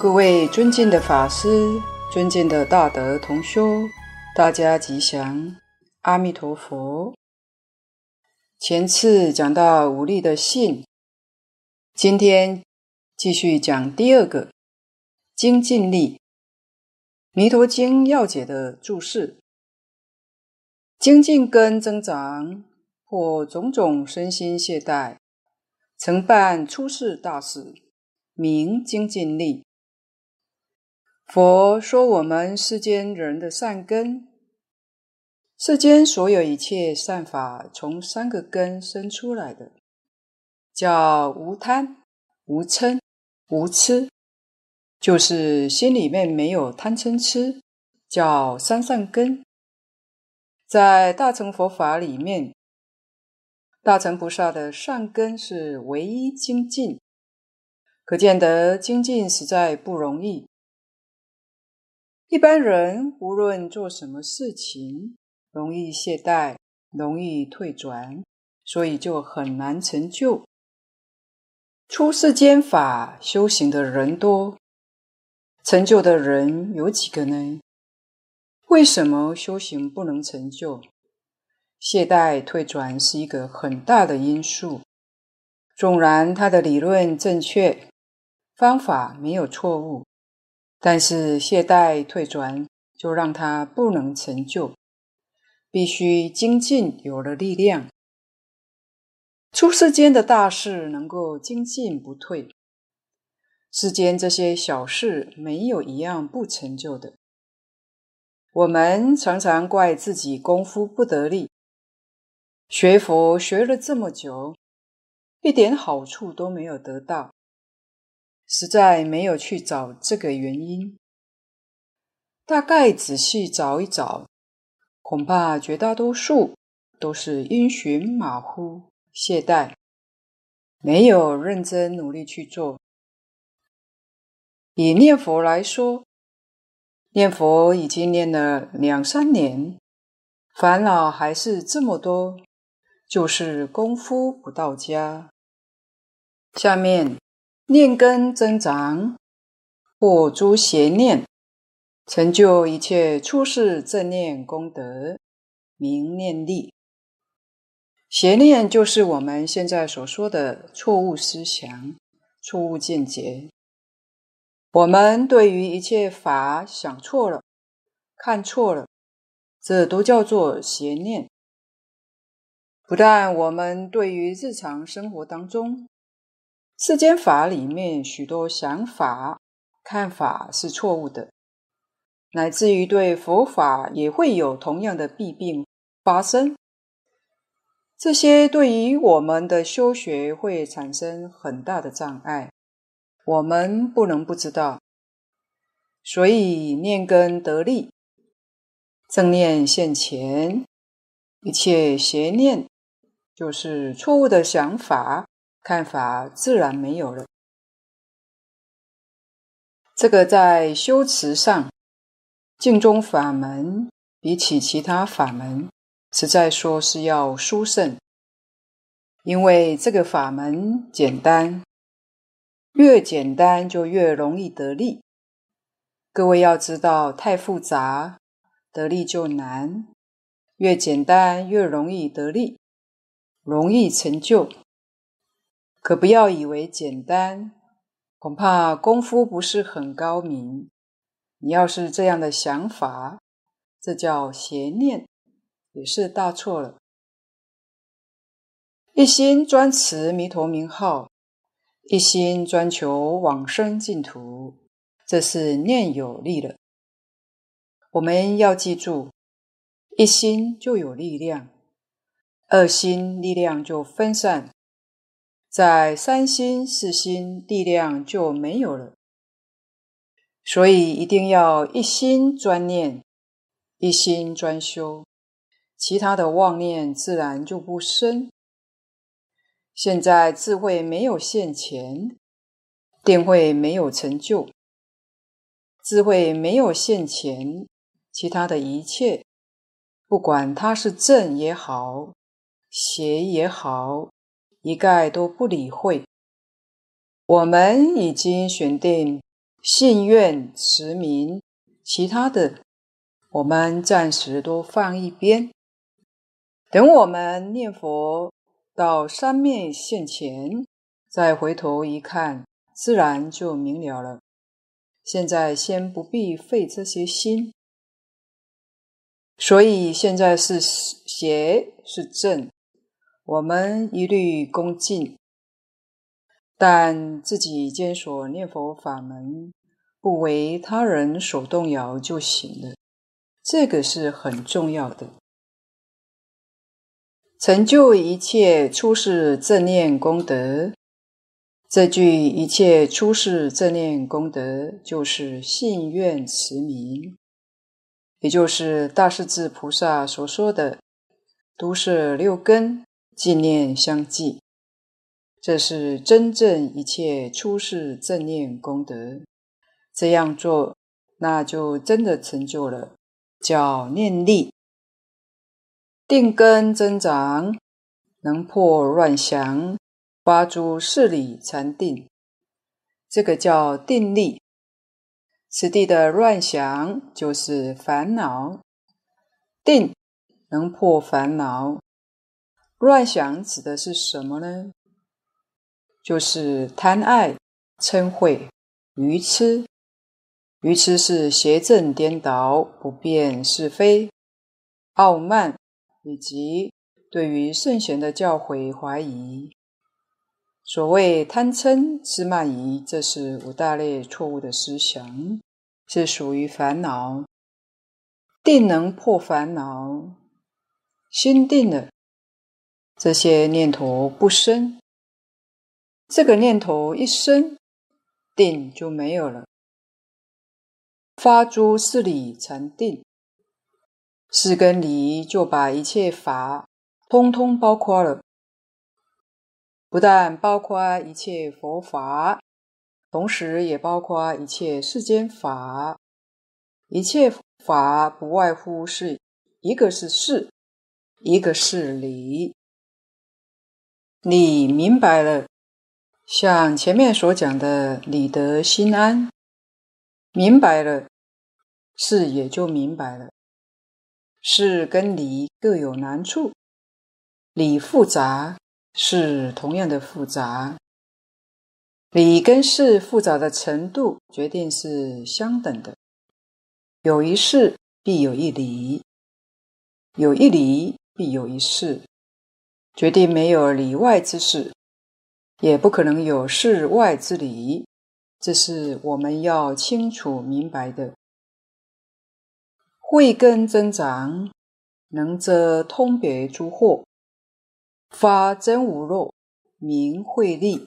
各位尊敬的法师，尊敬的大德同修，大家吉祥，阿弥陀佛。前次讲到无力的信，今天继续讲第二个精进力。弥陀经要解的注释：精进根增长，或种种身心懈怠，曾办出世大事，名精进力。佛说我们世间人的善根，世间所有一切善法从三个根生出来的，叫无贪、无嗔、无痴，就是心里面没有贪嗔痴，叫三善根。在大乘佛法里面，大乘菩萨的善根是唯一精进，可见得精进实在不容易。一般人无论做什么事情，容易懈怠，容易退转，所以就很难成就。出世间法修行的人多，成就的人有几个呢？为什么修行不能成就？懈怠退转是一个很大的因素。纵然他的理论正确，方法没有错误，但是懈怠退转就让他不能成就，必须精进有了力量。出世间的大事能够精进不退，世间这些小事没有一样不成就的。我们常常怪自己功夫不得力，学佛学了这么久，一点好处都没有得到，实在没有去找这个原因。大概仔细找一找，恐怕绝大多数都是因循马虎、懈怠，没有认真努力去做。以念佛来说，念佛已经念了2-3年，烦恼还是这么多，就是功夫不到家。下面念根增长，或诸邪念，成就一切出世正念功德，名念力。邪念就是我们现在所说的错误思想、错误见解。我们对于一切法想错了、看错了，这都叫做邪念。不但我们对于日常生活当中世间法里面许多想法、看法是错误的，乃至于对佛法也会有同样的弊病发生，这些对于我们的修学会产生很大的障碍，我们不能不知道。所以念根得力，正念现前，一切邪念，就是错误的想法、看法自然没有了。这个在修持上，净宗法门比起其他法门，实在说是要殊胜。因为这个法门简单，越简单就越容易得力。各位要知道，太复杂，得力就难；越简单越容易得力，容易成就。可不要以为简单，恐怕功夫不是很高明。你要是这样的想法，这叫邪念，也是大错了。一心专持弥陀名号，一心专求往生净土，这是念有力了。我们要记住，一心就有力量，二心力量就分散，在三心、四心力量就没有了。所以一定要一心专念，一心专修，其他的妄念自然就不生。现在智慧没有现前，定慧没有成就。智慧没有现前，其他的一切，不管它是正也好，邪也好，一概都不理会。我们已经选定信愿持名，其他的我们暂时都放一边，等我们念佛到三昧现前，再回头一看，自然就明了了。现在先不必费这些心。所以现在是邪是正，我们一律恭敬，但自己坚守念佛法门，不为他人所动摇就行了，这个是很重要的。成就一切出世正念功德，这句一切出世正念功德就是信愿持名，也就是大势至菩萨所说的都摄六根，净念相继，这是真正一切出世正念功德。这样做，那就真的成就了，叫念力。定根增长，能破乱想，发诸事理禅定，这个叫定力。此地的乱想就是烦恼，定能破烦恼。乱想指的是什么呢？就是贪爱、嗔恚、愚痴。愚痴是邪正颠倒、不辨是非、傲慢，以及对于圣贤的教诲怀疑。所谓贪嗔痴慢疑，这是五大类错误的思想，是属于烦恼。定能破烦恼，心定了，这些念头不生。这个念头一生，定就没有了。发诸事理禅定，事跟理就把一切法通通包括了，不但包括一切佛法，同时也包括一切世间法。一切法不外乎是一个是事，一个是理。你明白了，像前面所讲的理得心安，明白了，事也就明白了。事跟理各有难处，理复杂，事同样的复杂。理跟事复杂的程度决定是相等的，有一事必有一理，有一理必有一事，决定没有理外之事，也不可能有事外之理，这是我们要清楚明白的。慧根增长，能遮通别诸惑，发真无漏，明慧力。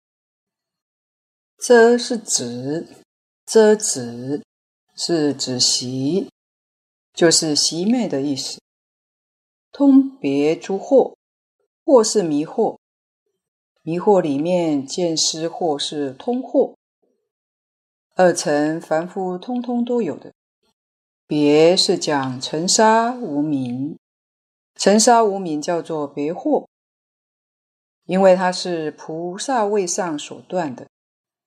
遮是指，遮止是止息，就是息灭的意思。通别诸惑，惑是迷惑，迷惑里面见思惑是通惑，二层凡夫通通都有的。别是讲尘沙无明，尘沙无明叫做别惑，因为它是菩萨位上所断的。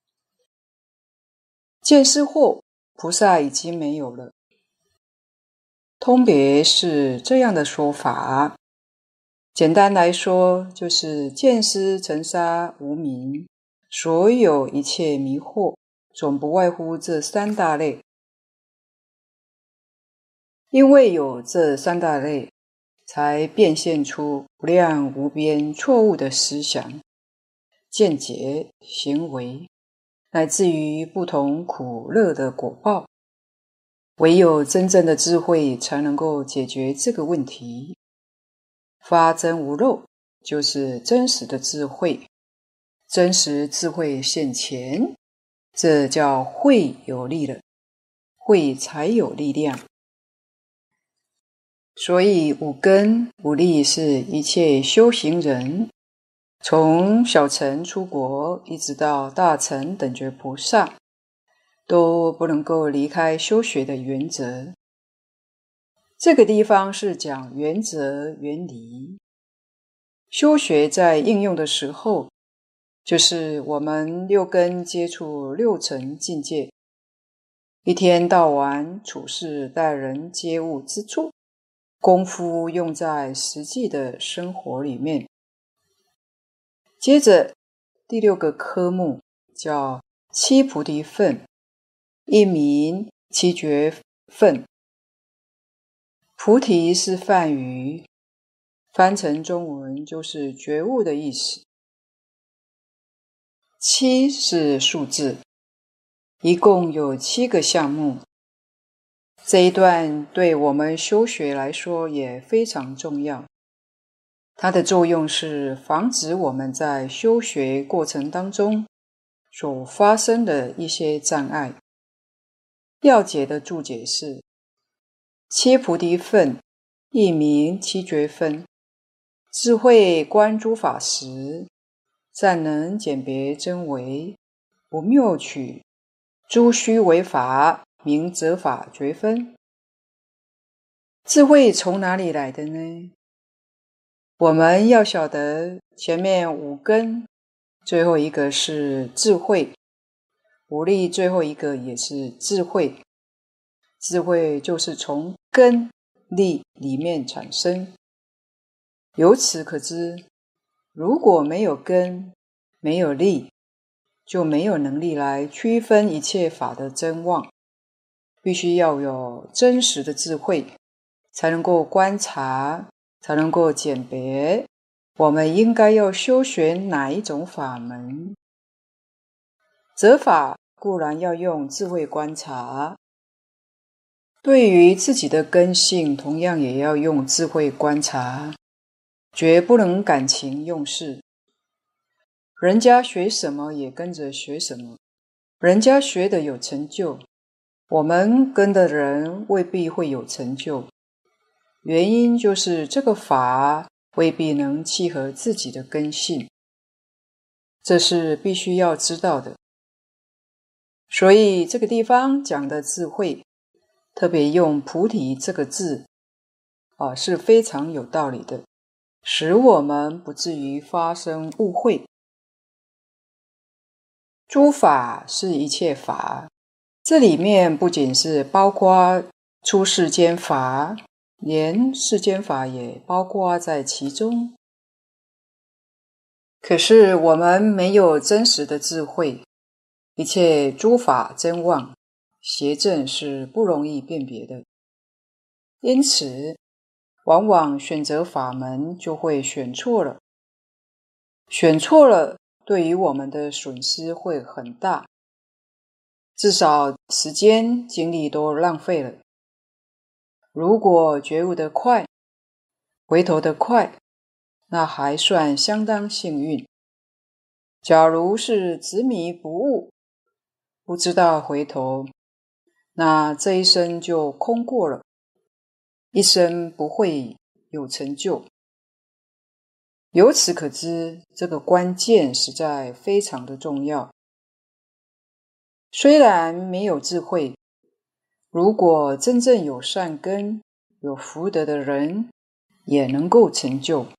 见思惑，菩萨已经没有了。通别是这样的说法，简单来说，就是见思尘沙无明，所有一切迷惑，总不外乎这三大类。因为有这三大类，才变现出不量无边错误的思想、见解、行为，乃至于不同苦乐的果报。唯有真正的智慧才能够解决这个问题。发真无漏就是真实的智慧，真实智慧现前，这叫慧有力了，慧才有力量。所以五根五力是一切修行人，从小乘出国一直到大乘等觉菩萨，都不能够离开修学的原则。这个地方是讲原则原理。修学在应用的时候，就是我们六根接触六尘境界一天到晚处事待人接物之处，功夫用在实际的生活里面。接着第6个科目叫七菩提分，一名七觉分。菩提是梵语，翻成中文就是觉悟的意思。七是数字，一共有7个项目。这一段对我们修学来说也非常重要。它的作用是防止我们在修学过程当中所发生的一些障碍。要解的注解是：七菩提分，一名七觉分。智慧观诸法时，暂能鉴别真伪，不谬取，诸虚为法，名则法觉分。智慧从哪里来的呢？我们要晓得前面5根，最后一个是智慧，五力最后一个也是智慧。智慧就是从根力里面产生。由此可知，如果没有根，没有力，就没有能力来区分一切法的真妄。必须要有真实的智慧，才能够观察，才能够鉴别我们应该要修学哪一种法门。择法固然要用智慧观察，对于自己的根性同样也要用智慧观察，绝不能感情用事。人家学什么也跟着学什么，人家学的有成就，我们跟的人未必会有成就，原因就是这个法未必能契合自己的根性，这是必须要知道的。所以这个地方讲的智慧，特别用菩提这个字，是非常有道理的，使我们不至于发生误会。诸法是一切法，这里面不仅是包括出世间法，连世间法也包括在其中。可是我们没有真实的智慧，一切诸法真妄邪正是不容易辨别的，因此往往选择法门就会选错了，选错了对于我们的损失会很大，至少时间精力都浪费了。如果觉悟得快，回头得快，那还算相当幸运。假如是执迷不悟，不知道回头，那这一生就空过了，一生不会有成就。由此可知，这个关键实在非常的重要。虽然没有智慧，如果真正有善根、有福德的人，也能够成就。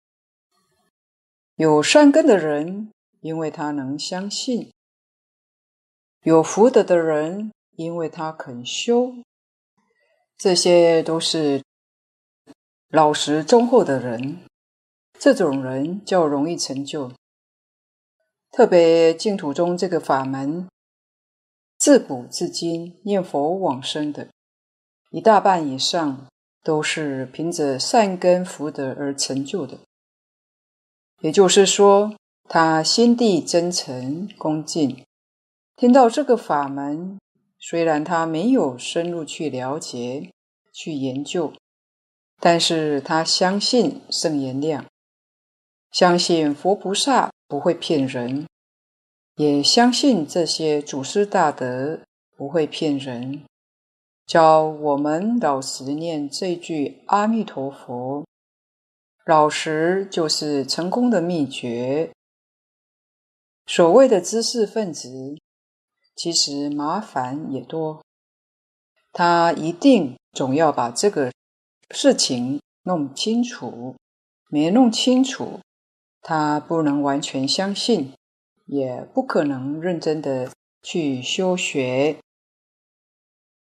有善根的人，因为他能相信；有福德的人，因为他肯修。这些都是老实忠厚的人，这种人较容易成就。特别净土中这个法门，自古至今念佛往生的，一大半以上都是凭着善根福德而成就的。也就是说，他心地真诚恭敬，听到这个法门，虽然他没有深入去了解去研究，但是他相信圣言量，相信佛菩萨不会骗人，也相信这些祖师大德不会骗人，教我们老实念这句阿弥陀佛。老实就是成功的秘诀。所谓的知识分子，其实麻烦也多，他一定总要把这个事情弄清楚，没弄清楚，他不能完全相信，也不可能认真的去修学。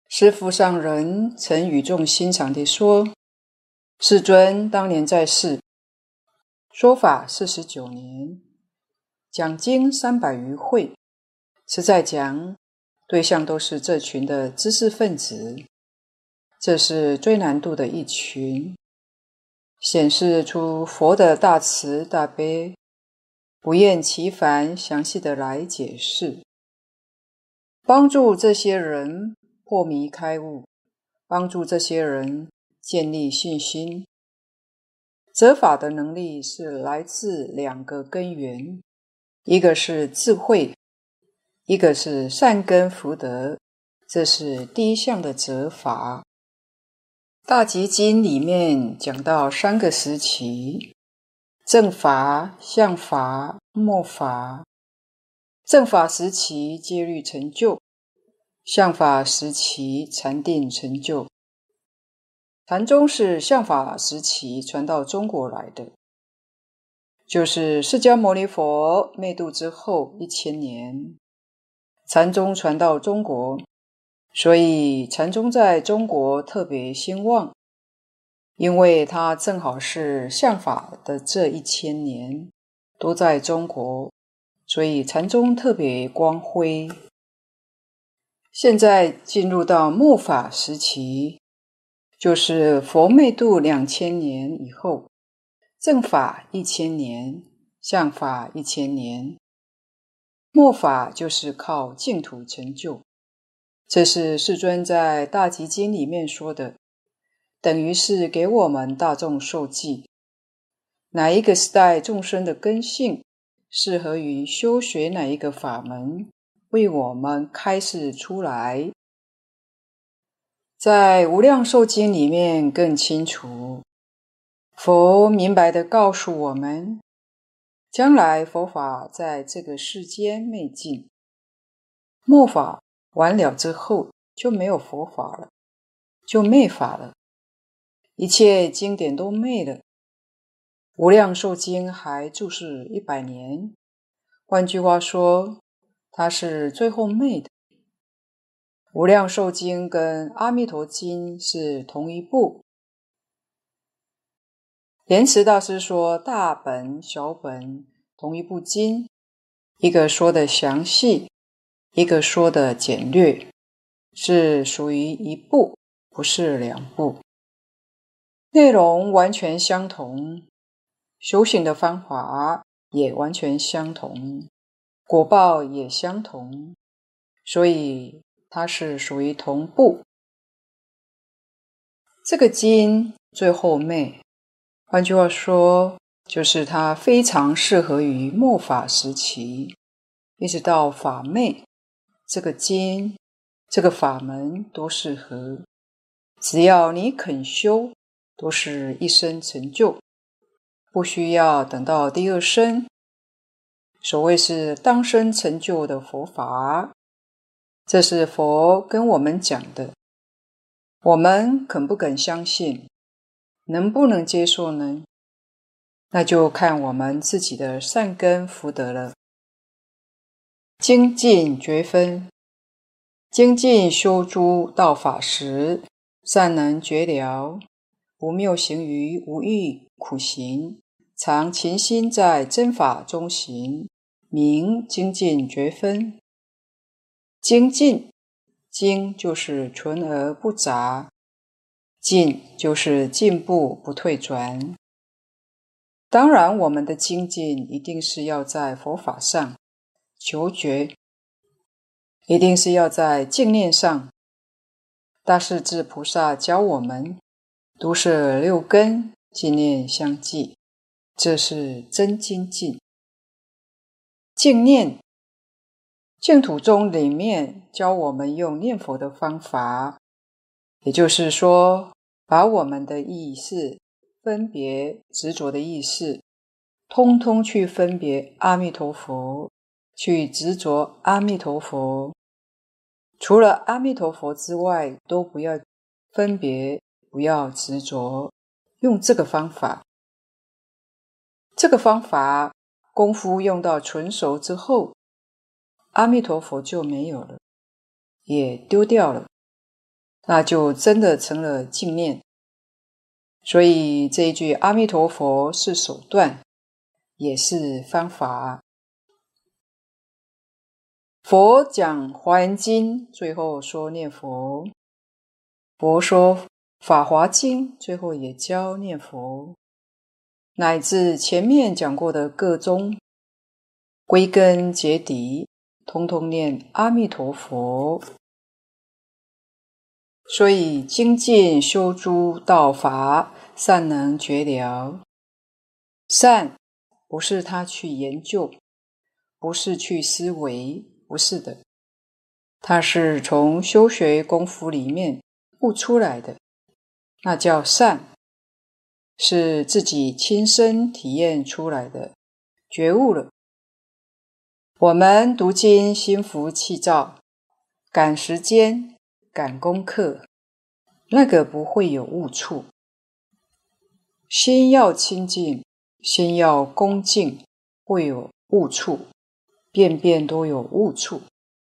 师父上人曾语重心长地说，世尊当年在世，说法49年，讲经300余会，是在讲对象都是这群的知识分子，这是最难度的一群，显示出佛的大慈大悲，不厌其烦详细的来解释，帮助这些人破迷开悟，帮助这些人建立信心。责法的能力是来自2个根源，一个是智慧，一个是善根福德，这是第一项的责法。大集经里面讲到3个时期，正法、相法、末法。正法时期戒律成就，相法时期禅定成就。禅宗是相法时期传到中国来的，就是释迦牟尼佛灭度之后1000年，禅宗传到中国，所以禅宗在中国特别兴旺，因为它正好是相法的这1000年都在中国，所以禅宗特别光辉。现在进入到末法时期，就是佛灭度2000年以后，正法1000年，相法1000年，末法就是靠净土成就。这是世尊在大集经里面说的，等于是给我们大众受记，哪一个时代众生的根性适合于修学哪一个法门，为我们开示出来。在无量寿经里面更清楚，佛明白地告诉我们，将来佛法在这个世间灭尽，末法完了之后就没有佛法了，就灭法了，一切经典都灭了。无量寿经还注释100年，换句话说，它是最后灭的。无量寿经跟阿弥陀经是同一部。莲池大师说大本小本同一部经，一个说的详细，一个说的简略，是属于一部，不是2部。内容完全相同，修行的方法也完全相同，果报也相同，所以它是属于同部。这个经最后灭，换句话说，就是它非常适合于末法时期，一直到法灭，这个经这个法门都适合，只要你肯修，都是一生成就，不需要等到第2生。所谓是当生成就的佛法，这是佛跟我们讲的，我们肯不肯相信，能不能接受呢？那就看我们自己的善根福德了。精进觉分，精进修诸道法时，善能觉了，不谬行于无欲苦行，常勤心在真法中行，名精进觉分。精进，精就是纯而不杂，进就是进步不退转。当然我们的精进一定是要在佛法上求觉，一定是要在净念上。大势至菩萨教我们都是6根净念相继，这是真精进。净念，净土宗里面教我们用念佛的方法，也就是说，把我们的意识分别执着的意识，通通去分别阿弥陀佛，去执着阿弥陀佛。除了阿弥陀佛之外，都不要分别，不要执着，用这个方法。这个方法功夫用到纯熟之后，阿弥陀佛就没有了，也丢掉了。 那就真的成了净念。所以这一句阿弥陀佛是手段，也是方法。佛讲华严经，最后说念佛；佛说法华经，最后也教念佛。乃至前面讲过的各宗，归根结底，通通念阿弥陀佛。所以精进修诸道法，善能觉了。善不是他去研究，不是去思维，不是的，它是从修学功夫里面悟出来的，那叫善，是自己亲身体验出来的，觉悟了。我们读经心浮气躁，赶时间，赶功课，那个不会有悟处。心要清净，心要恭敬，会有悟处，遍遍都有悟处。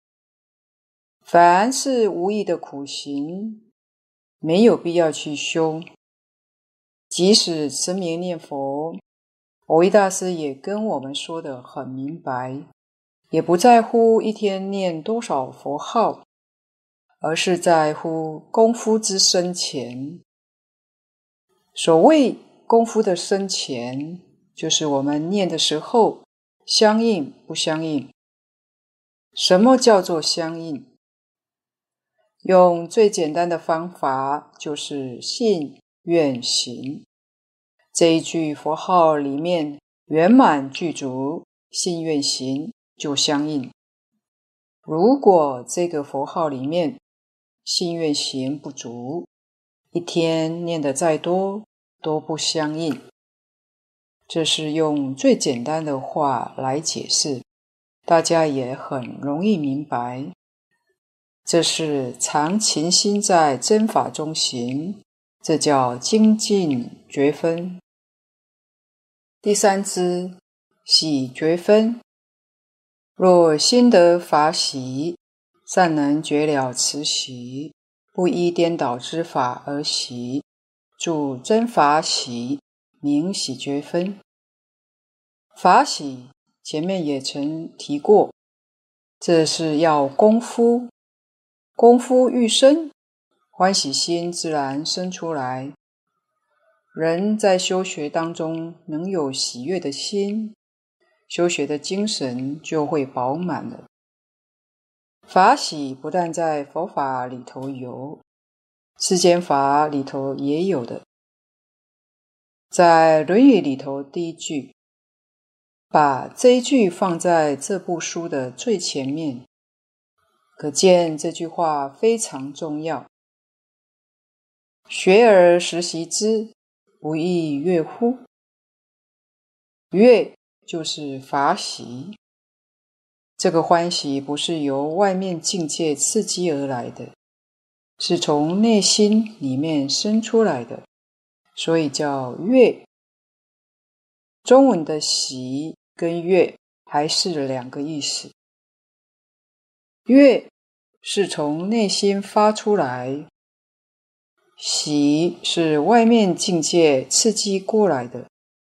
凡是无益的苦行，没有必要去修。即使持名念佛，蕅益大师也跟我们说得很明白，也不在乎一天念多少佛号，而是在乎功夫之深浅。所谓功夫的深浅，就是我们念的时候相应不相应。什么叫做相应？用最简单的方法，就是信愿行。这一句佛号里面圆满具足，信愿行就相应。如果这个佛号里面信愿行不足，一天念得再多都不相应。这是用最简单的话来解释，大家也很容易明白。这是常勤心在真法中行，这叫精进觉分。第三支喜觉分，若心得法喜，善能觉了此喜，不依颠倒之法而喜，著真法喜，名喜觉分。法喜前面也曾提过，这是要功夫，功夫愈深，欢喜心自然生出来。人在修学当中能有喜悦的心，修学的精神就会饱满了。法喜不但在佛法里头有，世间法里头也有的。在《论语》里头第一句，把这一句放在这部书的最前面，可见这句话非常重要。学而时习之，不亦乐乎？乐就是法喜，这个欢喜不是由外面境界刺激而来的，是从内心里面生出来的，所以叫乐。中文的喜跟乐还是两个意思。乐是从内心发出来，喜是外面境界刺激过来的。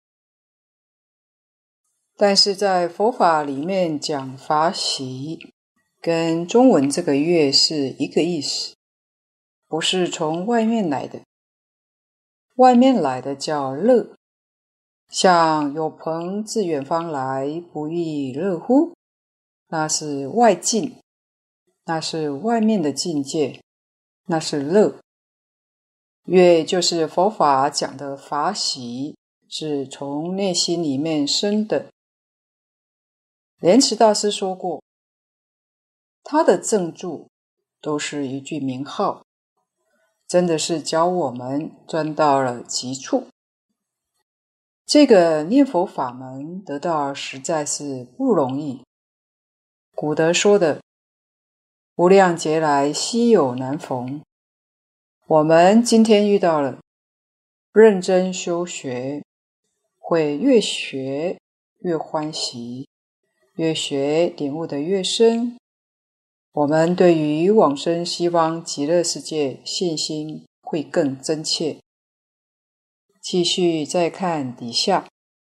但是在佛法里面讲法喜，跟中文这个乐是一个意思，不是从外面来的。外面来的叫乐，像有朋自远方来，不亦乐乎？那是外境，那是外面的境界，那是乐。乐就是佛法讲的法喜，是从内心里面生的。莲池大师说过，他的正著都是一句名号，真的是教我们钻到了极处。这个念佛法门得到实在是不容易。古德说的无量劫来稀有难逢，我们今天遇到了，认真修学，会越学越欢喜，越学领悟的越深， 我们对于往生西方极乐世界信心会更真切。继续再看底下，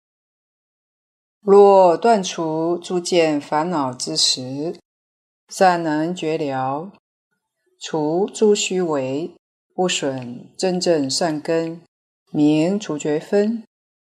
若断除诸见烦恼之时，善能觉了，除诸虚伪，不损真正善根，名除觉分。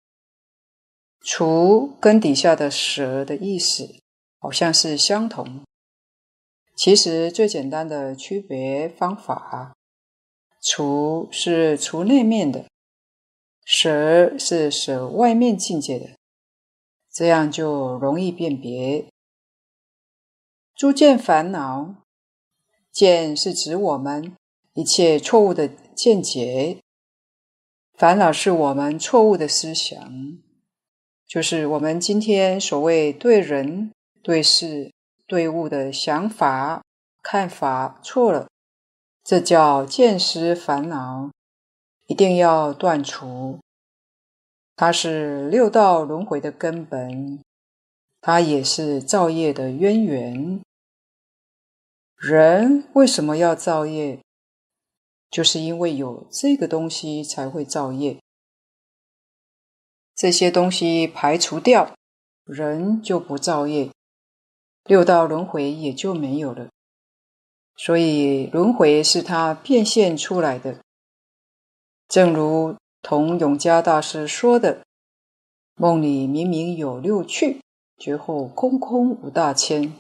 除跟底下的舍的意思好像是相同，其实最简单的区别方法，除是除内面的，舍是舍外面境界的，这样就容易辨别。诸见烦恼，见是指我们一切错误的见解，烦恼是我们错误的思想，就是我们今天所谓对人、对事、对物的想法、看法错了，这叫见思烦恼，一定要断除。它是六道轮回的根本，它也是造业的渊源。人为什么要造业？就是因为有这个东西才会造业。这些东西排除掉，人就不造业，六道轮回也就没有了。所以轮回是它变现出来的。正如同永嘉大师说的，梦里明明有六趣，觉后空空无大千。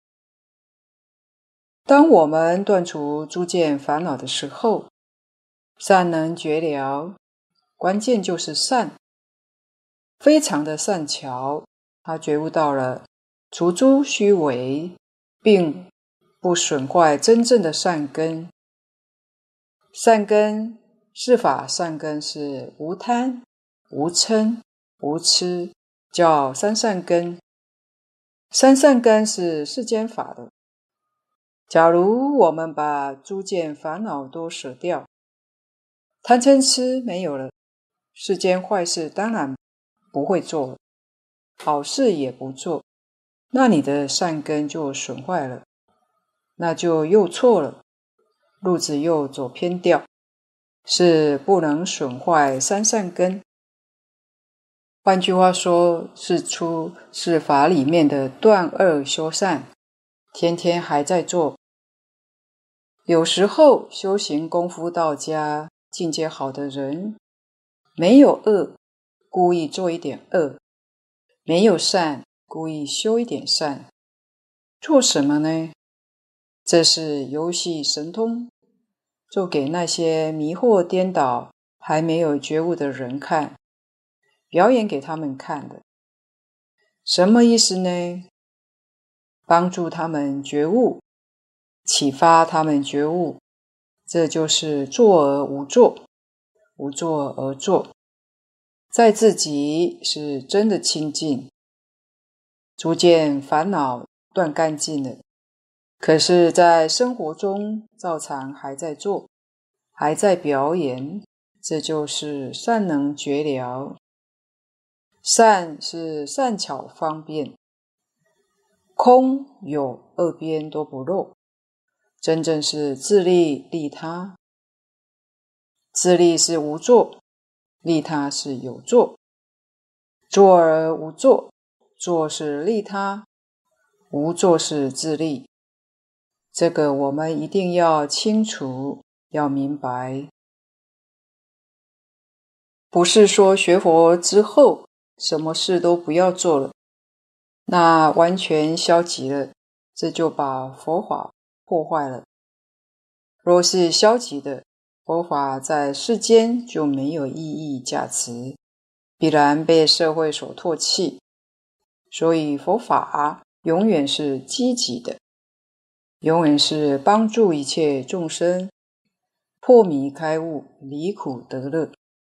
当我们断除诸见烦恼的时候，善能觉了，关键就是善，非常的善巧，他觉悟到了除诸虚伪，并不损坏真正的善根。善根，世法善根是无贪、无嗔、无痴，叫三善根。三善根是世间法的。假如我们把诸见烦恼都舍掉，贪嗔痴没有了，世间坏事当然不会做了，好事也不做，那你的善根就损坏了，那就又错了，路子又走偏掉，是不能损坏三善根。换句话说，是出世法里面的断恶修善，天天还在做。有时候修行功夫到家，境界好的人，没有恶，故意做一点恶，没有善，故意修一点善。做什么呢？这是游戏神通，做给那些迷惑颠倒、还没有觉悟的人看，表演给他们看的。什么意思呢？帮助他们觉悟，启发他们觉悟，这就是坐而无作，无作而作。在自己是真的清净，逐渐烦恼断干净了，可是在生活中照常还在做，还在表演，这就是善能觉了。善是善巧方便，空有二边都不漏，真正是自利利他。自利是无作，利他是有作。作而无作，作是利他，无作是自利。这个我们一定要清楚，要明白。不是说学佛之后什么事都不要做了，那完全消极了，这就把佛法破坏了。若是消极的，佛法在世间就没有意义价值，必然被社会所唾弃。所以佛法永远是积极的，永远是帮助一切众生破迷开悟，离苦得乐。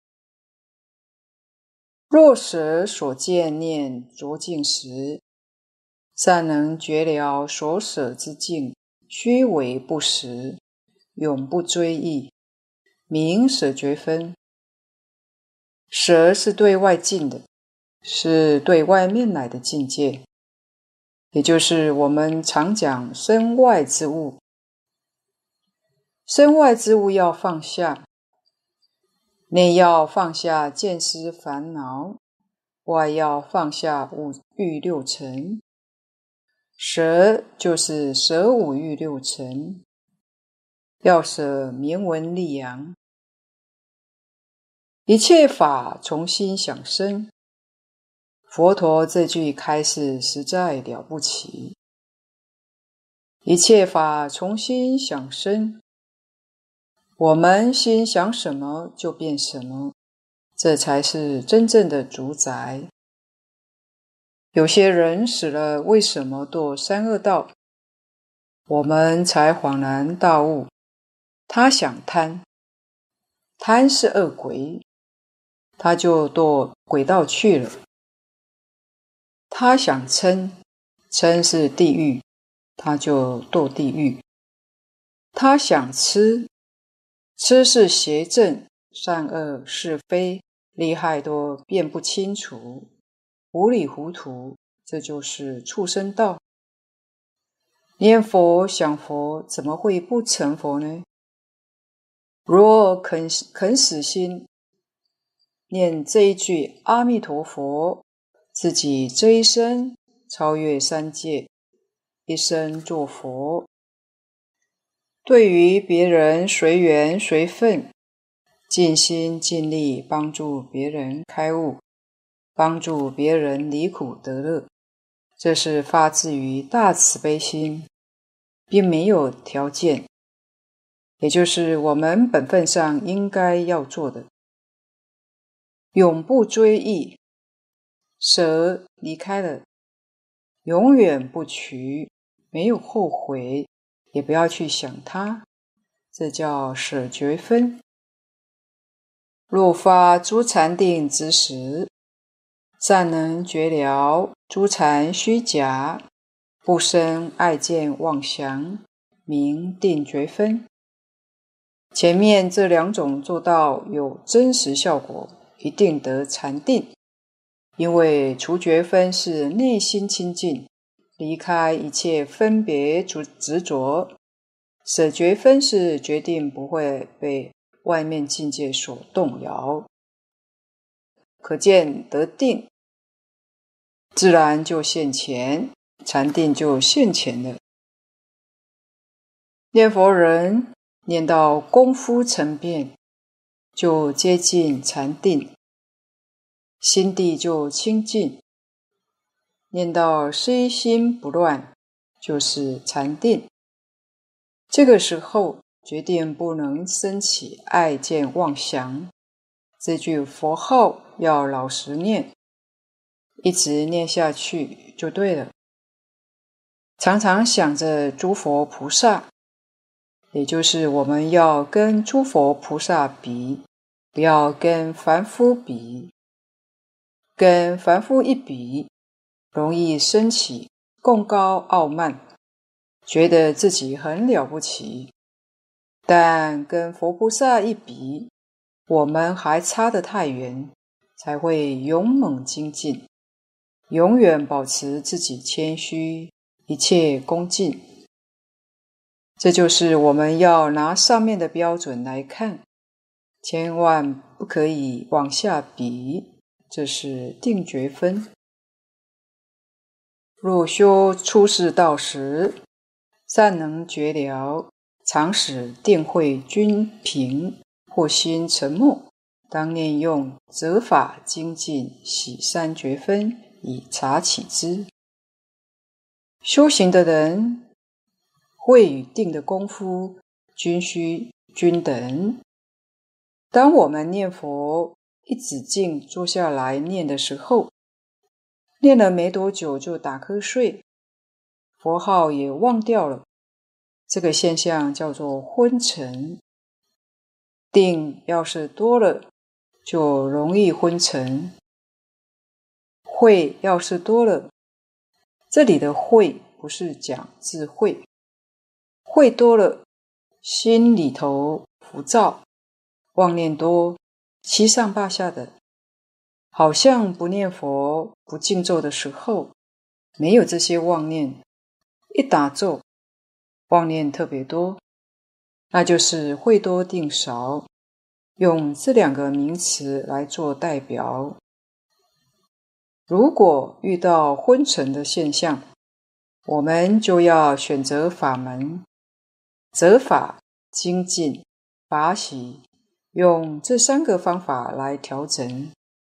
若舍所见念着境时，善能觉了所舍之境虚伪不实，永不追忆，名舍觉分。舍是对外境的，是对外面来的境界。 也就是我们常讲身外之物。身外之物要放下，内要放下见思烦恼，外要放下五欲六尘。舍就是舍五欲六尘，要舍名闻利养。一切法从心想生，佛陀这句开示实在了不起。一切法从心想生，我们心想什么就变什么，这才是真正的主宰。有些人死了，为什么堕三恶道？我们才恍然大悟，他想贪，贪是恶鬼，他就堕鬼道去了。他想嗔，嗔是地狱，他就堕地狱。他想痴，痴是邪正，善恶是非利害都辨不清楚，糊里糊涂，这就是畜生道。念佛想佛，怎么会不成佛呢？若肯死心，念这一句阿弥陀佛，自己这一生超越三界，一生做佛。对于别人随缘随分，尽心尽力帮助别人开悟，帮助别人离苦得乐，这是发自于大慈悲心，并没有条件，也就是我们本分上应该要做的。永不追忆，舍离开了，永远不取，没有后悔，也不要去想它，这叫舍绝分。若发诸禅定之时，暂能觉了诸禅虚假，不生爱见妄想，名定觉分。前面这两种做到有真实效果，一定得禅定。因为除觉分是内心清净，离开一切分别执着；舍觉分是决定不会被外面境界所动摇。可见得定，自然就现前，禅定就现前了。念佛人念到功夫成变，就接近禅定，心地就清净。念到虽心不乱，就是禅定。这个时候决定不能生起爱见妄想，这句佛号要老实念，一直念下去就对了。常常想着诸佛菩萨，也就是我们要跟诸佛菩萨比，不要跟凡夫比。跟凡夫一比，容易升起贡高傲慢，觉得自己很了不起。但跟佛菩萨一比，我们还差得太远，才会勇猛精进，永远保持自己谦虚，一切恭敬。这就是我们要拿上面的标准来看，千万不可以往下比，这是定觉分。若修出世道时，善能觉了，常使定慧均平，或心沉默，当念用责法精进洗三觉分，以察起之。修行的人，慧与定的功夫均须均等。当我们念佛一止静坐下来念的时候，念了没多久就打瞌睡，佛号也忘掉了，这个现象叫做昏沉。定要是多了，就容易昏沉。慧要是多了，这里的慧不是讲智慧，慧多了，心里头浮躁，妄念多，七上八下的，好像不念佛不静坐的时候， 没有这些妄念，一打坐，妄念特别多，那就是慧多定少，用这两个名词来做代表。如果遇到昏沉的现象，我们就要选择法门，择法、精进、法喜，用这三个方法来调整。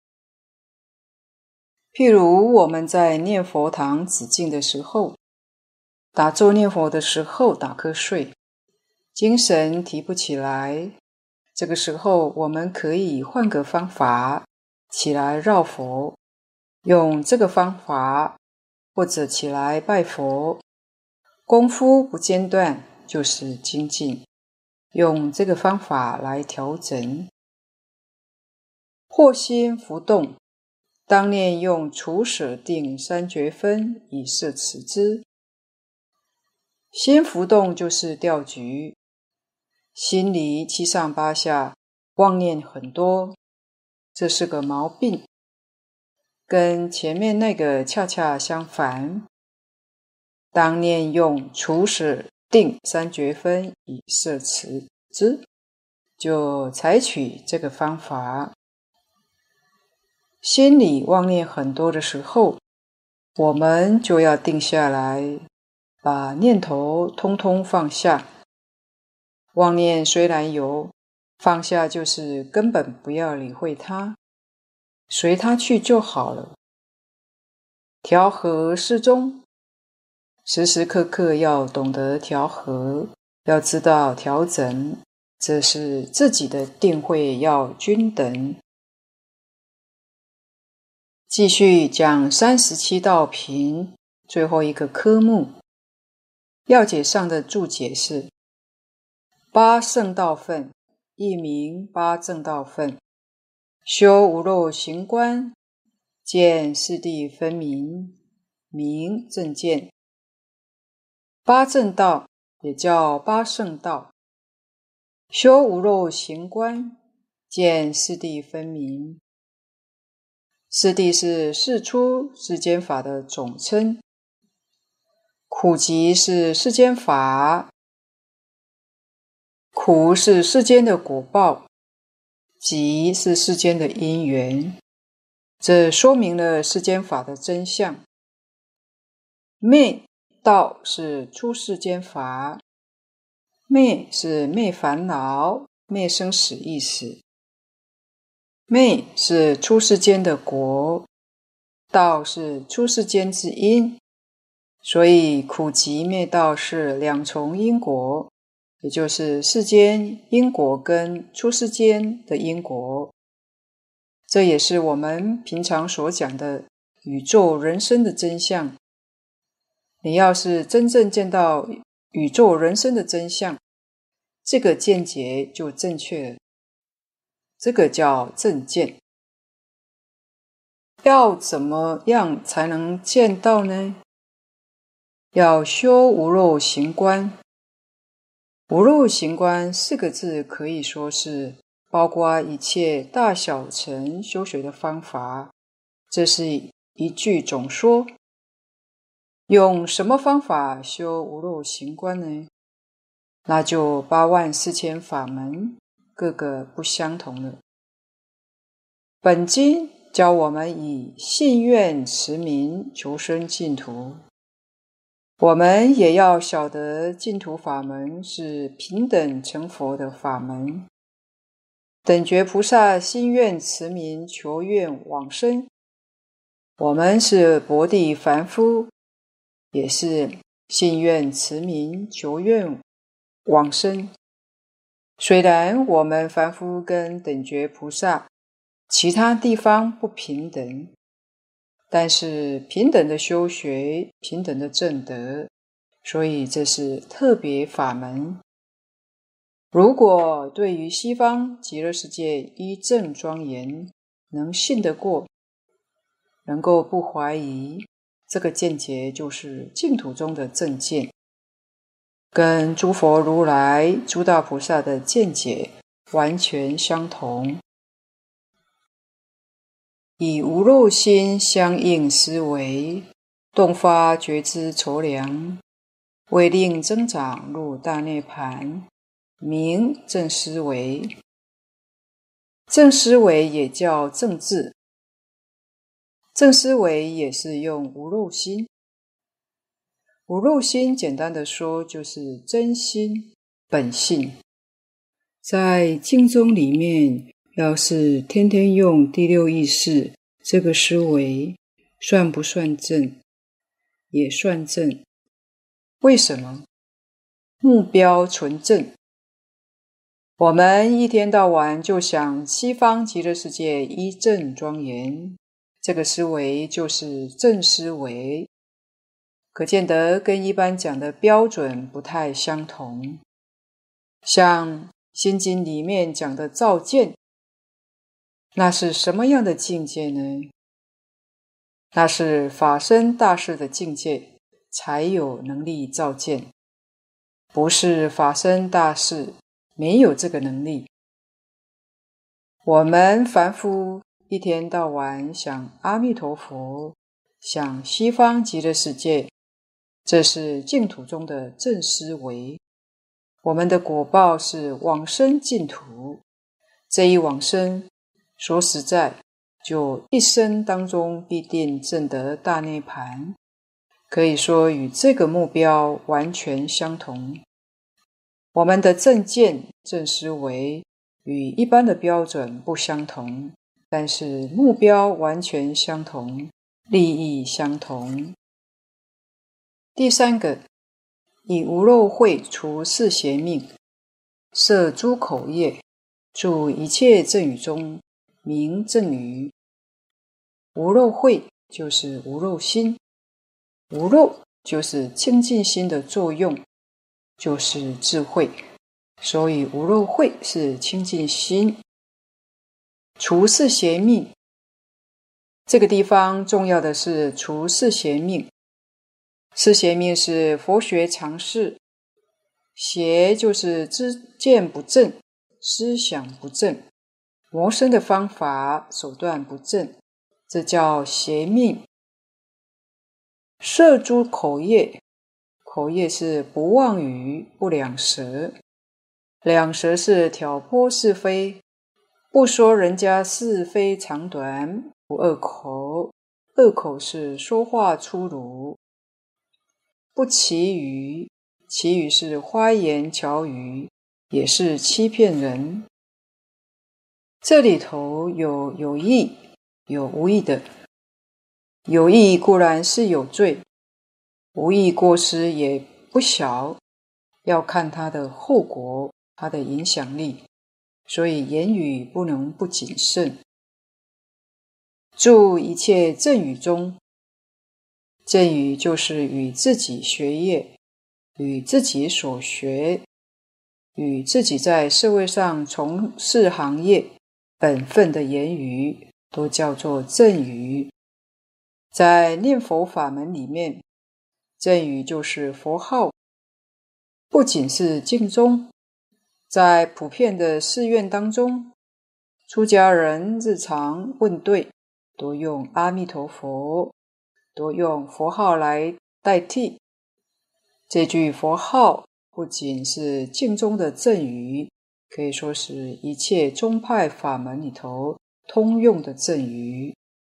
譬如我们在念佛堂止境的时候，打坐念佛的时候打瞌睡，精神提不起来，这个时候我们可以换个方法起来绕佛，用这个方法，或者起来拜佛，功夫不间断就是精进，用这个方法来调整。惑心浮动，当念用除舍定三觉分以摄持之。心浮动就是掉局，心里七上八下，妄念很多，这是个毛病，跟前面那个恰恰相反。当念用除舍定三觉分以摄持之，就采取这个方法。心里妄念很多的时候，我们就要定下来，把念头通通放下。妄念虽然有，放下就是根本不要理会它，随它去就好了。调和适中，时时刻刻要懂得调和，要知道调整，这是自己的定慧要均等。继续讲37道品最后一个科目，要解上的注解是：八圣道分，亦名八正道分，修无漏行观，见四谛分明，名正见。八正道也叫八圣道，修无漏行观，见四谛分明。四谛是世出世间法的总称，苦集是世间法，苦是世间的果报，集是世间的因缘，这说明了世间法的真相。灭道是出世间法，灭是灭烦恼、灭生死意识，灭是出世间的果，道是出世间之因，所以苦集灭道是两重因果，也就是世间因果跟出世间的因果。这也是我们平常所讲的宇宙人生的真相。你要是真正见到宇宙人生的真相，这个见解就正确了，这个叫正见。要怎么样才能见到呢？要修无漏行观。无漏行观四个字可以说是包括一切大小乘修学的方法，这是一句总说。用什么方法修无漏行观呢？那就84000法门，各个不相同了。本经教我们以信愿持名求生净土，我们也要晓得净土法门是平等成佛的法门。等觉菩萨心愿持名求愿往生，我们是薄地凡夫，也是信愿持名求愿往生。虽然我们凡夫跟等觉菩萨其他地方不平等，但是平等的修学，平等的正德，所以这是特别法门。如果对于西方极乐世界一正庄严能信得过，能够不怀疑，这个见解就是净土中的正见，跟诸佛如来、诸大菩萨的见解完全相同。以无漏心相应思维， 动发觉知筹量，为令增长入大涅盘，名正思维。正思维也叫正智，正思维也是用无漏心。无漏心简单的说就是真心本性。在经中里面，要是天天用第六意识这个思维，算不算正？也算正。为什么？目标纯正。我们一天到晚就想西方极乐世界一正庄严，这个思维就是正思维，可见得跟一般讲的标准不太相同。像心经里面讲的照见，那是什么样的境界呢？那是法身大士的境界才有能力照见，不是法身大士没有这个能力。我们凡夫一天到晚想阿弥陀佛，想西方极乐世界，这是净土中的正思维。我们的果报是往生净土，这一往生说实在就一生当中必定证得大涅盘，可以说与这个目标完全相同。我们的正见正思维与一般的标准不相同，但是目标完全相同，利益相同。第三个，以无漏慧除四邪命，摄诸口业，住一切正语中，名正语。无漏慧就是无漏心，无漏就是清净心的作用，就是智慧，所以无漏慧是清净心。除四邪命，这个地方重要的是除四邪命。四邪命是佛学常识，邪就是知见不正，思想不正，谋生的方法手段不正，这叫邪命。摄诸口业，口业是不妄语不两舌，两舌是挑拨是非，不说人家是非长短，不恶口，恶口是说话粗鲁，不绮语，绮语是花言巧语，也是欺骗人。这里头有有意有无意的，有意固然是有罪，无意过失也不小，要看它的后果，它的影响力，所以言语不能不谨慎。住一切正语中，正语就是与自己学业，与自己所学，与自己在社会上从事行业本分的言语，都叫做正语。在念佛法门里面，正语就是佛号，不仅是经中，在普遍的寺院当中，出家人日常问对都用阿弥陀佛，都用佛号来代替。这句佛号不仅是经中的正语，可以说是一切宗派法门里头通用的正语。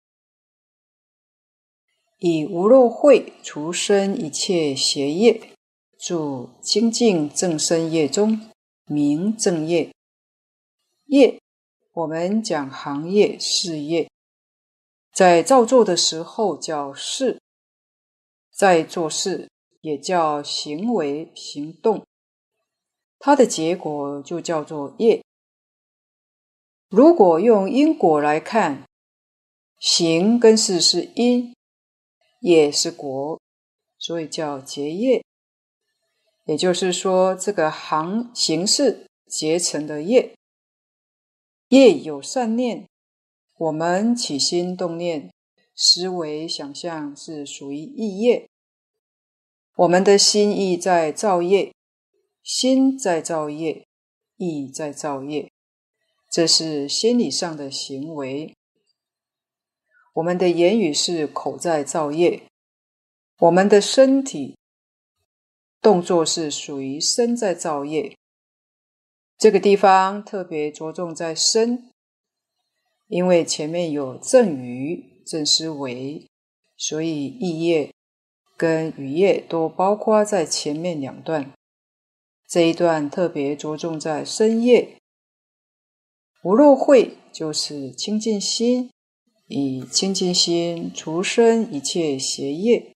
以无漏慧除身一切邪业，住清净正身业中，名正业。业，我们讲行业事业，在造作的时候叫事，在做事也叫行为行动，它的结果就叫做业。如果用因果来看，行跟事是因，业是果，所以叫结业。也就是说，这个行事结成的业，业有善念，我们起心动念、思维想象是属于意业。我们的心意在造业，心在造业，意在造业，这是心理上的行为。我们的言语是口在造业， 我们的身体动作是属于身在造业，这个地方特别着重在身，因为前面有正语、正思维，所以意业跟语业都包括在前面两段。这一段特别着重在身业。无漏慧就是清净心，以清净心除身一切邪业。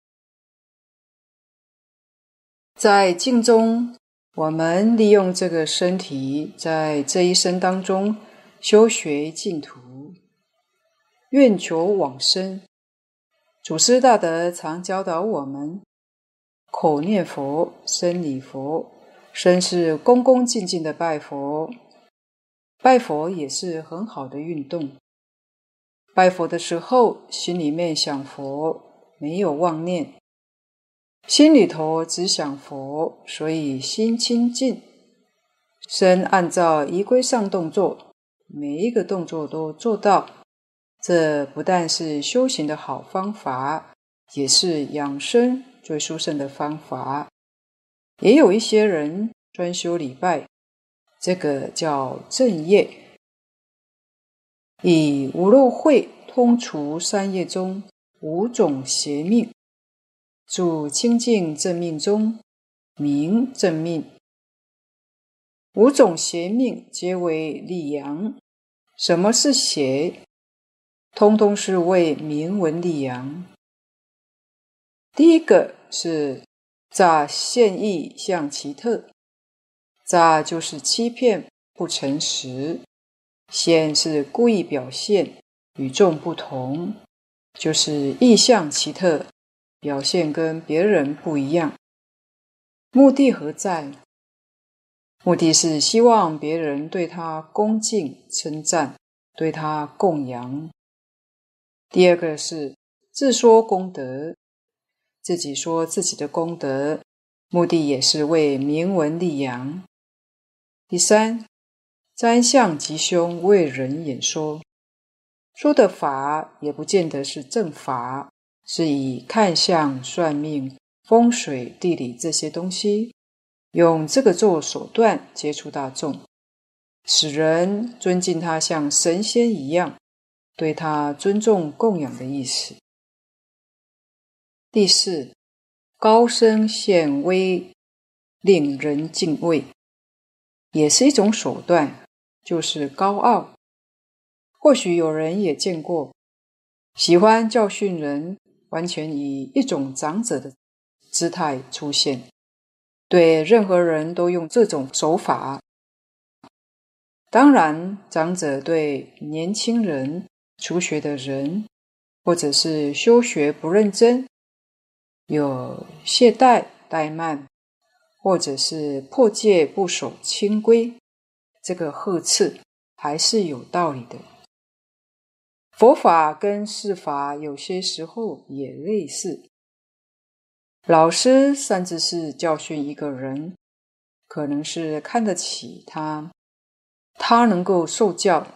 在静中，我们利用这个身体，在这一生当中修学净土，愿求往生。祖师大德常教导我们，口念佛，身礼佛。身是恭恭敬敬的拜佛，拜佛也是很好的运动。拜佛的时候，心里面想佛，没有妄念，心里头只想佛，所以心清净。身按照仪规上动作，每一个动作都做到，这不但是修行的好方法，也是养生最殊胜的方法。也有一些人专修礼拜，这个叫正业。以无漏慧通除三业中五种邪命，住清净正命中，名正命。五种邪命皆为利阳。什么是邪？通通是为名闻利阳。第一个是诈现意相奇特，诈就是欺骗不诚实，现是故意表现与众不同，就是意相奇特，表现跟别人不一样。目的何在？目的是希望别人对他恭敬称赞，对他供养。第二个是自说功德，自己说自己的功德，目的也是为名闻利养。第三，占相吉凶为人演说，说的法也不见得是正法，是以看相、算命、风水、地理这些东西，用这个做手段接触大众，使人尊敬他像神仙一样，对他尊重供养的意思。第四，高声显威，令人敬畏，也是一种手段，就是高傲。或许有人也见过，喜欢教训人，完全以一种长者的姿态出现，对任何人都用这种手法。当然，长者对年轻人、初学的人，或者是修学不认真，有懈怠、怠慢，或者是破戒不守清规，这个呵斥还是有道理的。佛法跟世法有些时候也类似。老师甚至是教训一个人，可能是看得起他，他能够受教。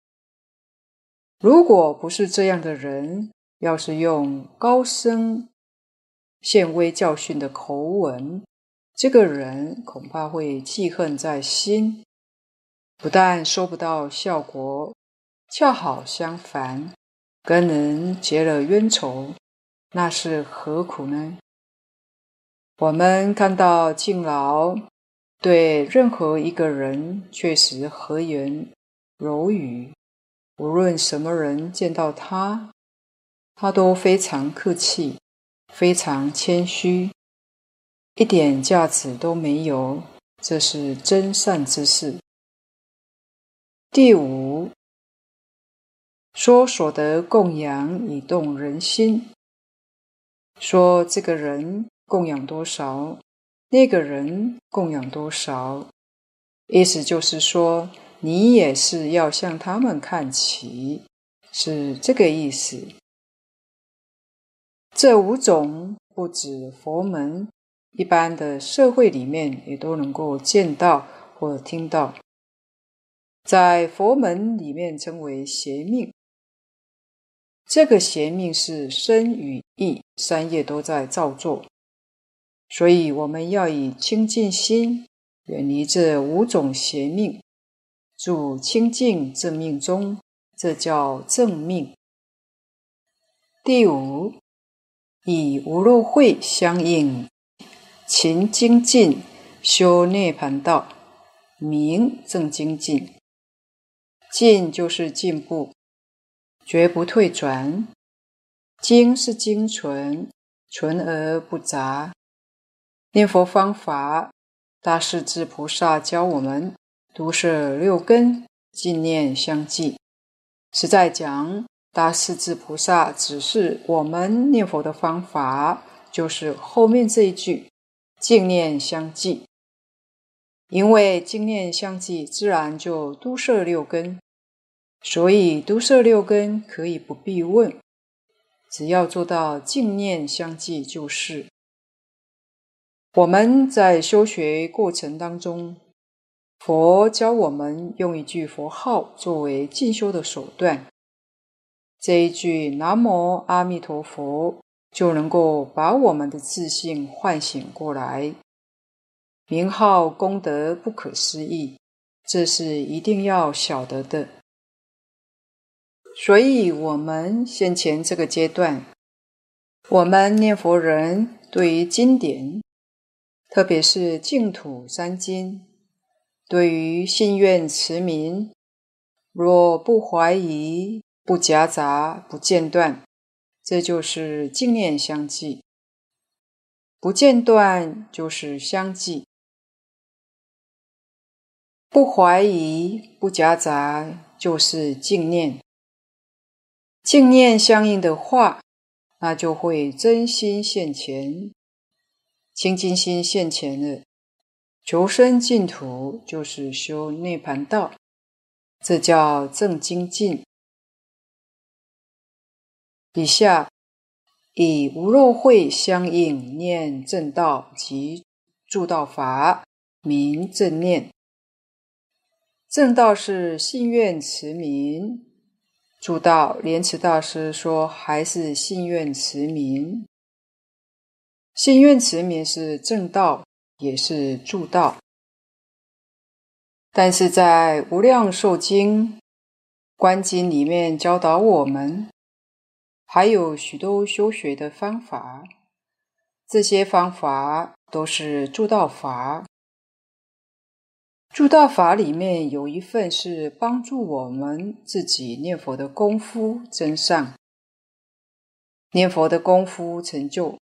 如果不是这样的人，要是用高声现威教训的口吻，这个人恐怕会记恨在心，不但收不到效果，恰好相反，跟人结了冤仇，那是何苦呢？我们看到敬老对任何一个人确实和颜柔语，无论什么人见到他，他都非常客气，非常谦虚，一点架子都没有，这是真善之事。第五，说所得供养以动人心，说这个人供养多少，那个人供养多少，意思就是说你也是要向他们看齐，是这个意思。这五种不止佛门，一般的社会里面也都能够见到或听到。在佛门里面称为邪命， 这个邪命是身语意三业都在造作，所以我们要以清净心远离这五种邪命，住清净正命中，这叫正命。第五，以无漏慧相应，勤精进，修涅盘道，名正精进。进就是进步，绝不退转。精是精纯，纯而不杂。念佛方法，大势至菩萨教我们毒摄六根，净念相继。实在讲，大势至菩萨指示我们念佛的方法，就是后面这一句净念相继。因为净念相继，自然就毒摄六根，所以毒摄六根可以不必问，只要做到净念相继就是。我们在修学过程当中，佛教我们用一句佛号作为进修的手段，这一句南无阿弥陀佛就能够把我们的自信唤醒过来。名号功德不可思议，这是一定要晓得的。所以我们先前这个阶段，我们念佛人对于经典，特别是净土三经，对于信愿持名，若不怀疑，不夹杂，不间断，这就是净念相继。不间断就是相继，不怀疑，不夹杂，就是净念。净念相应的话，那就会真心现前，清净心现前了，求生净土就是修涅盘道，这叫正精进。以下以无漏慧相应念正道及助道法，名正念。正道是信愿持名，助道莲池大师说还是信愿持名。信愿持名是正道，也是助道。但是在无量寿经、观经里面教导我们，还有许多修学的方法，这些方法都是助道法。助道法里面有一份是帮助我们自己念佛的功夫增上，念佛的功夫成就。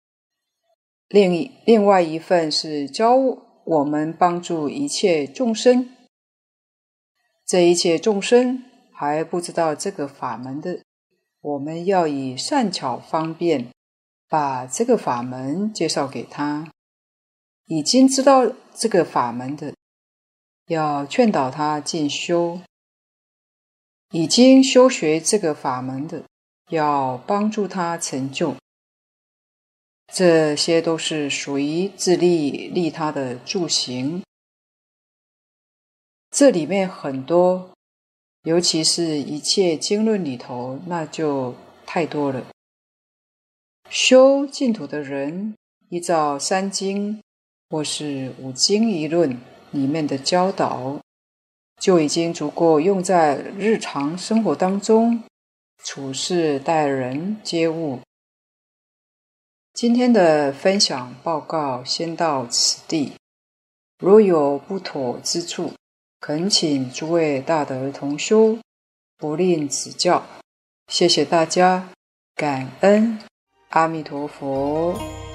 另外一份是教我们帮助一切众生，这一切众生还不知道这个法门的，我们要以善巧方便把这个法门介绍给他。已经知道这个法门的，要劝导他进修；已经修学这个法门的，要帮助他成就。这些都是属于自利他的助行。这里面很多，尤其是一切经论里头，那就太多了。修净土的人，依照三经或是五经一论里面的教导，就已经足够用在日常生活当中，处事待人接物。今天的分享报告先到此地，若有不妥之处，恳请诸位大德同修不吝指教。谢谢大家，感恩阿弥陀佛。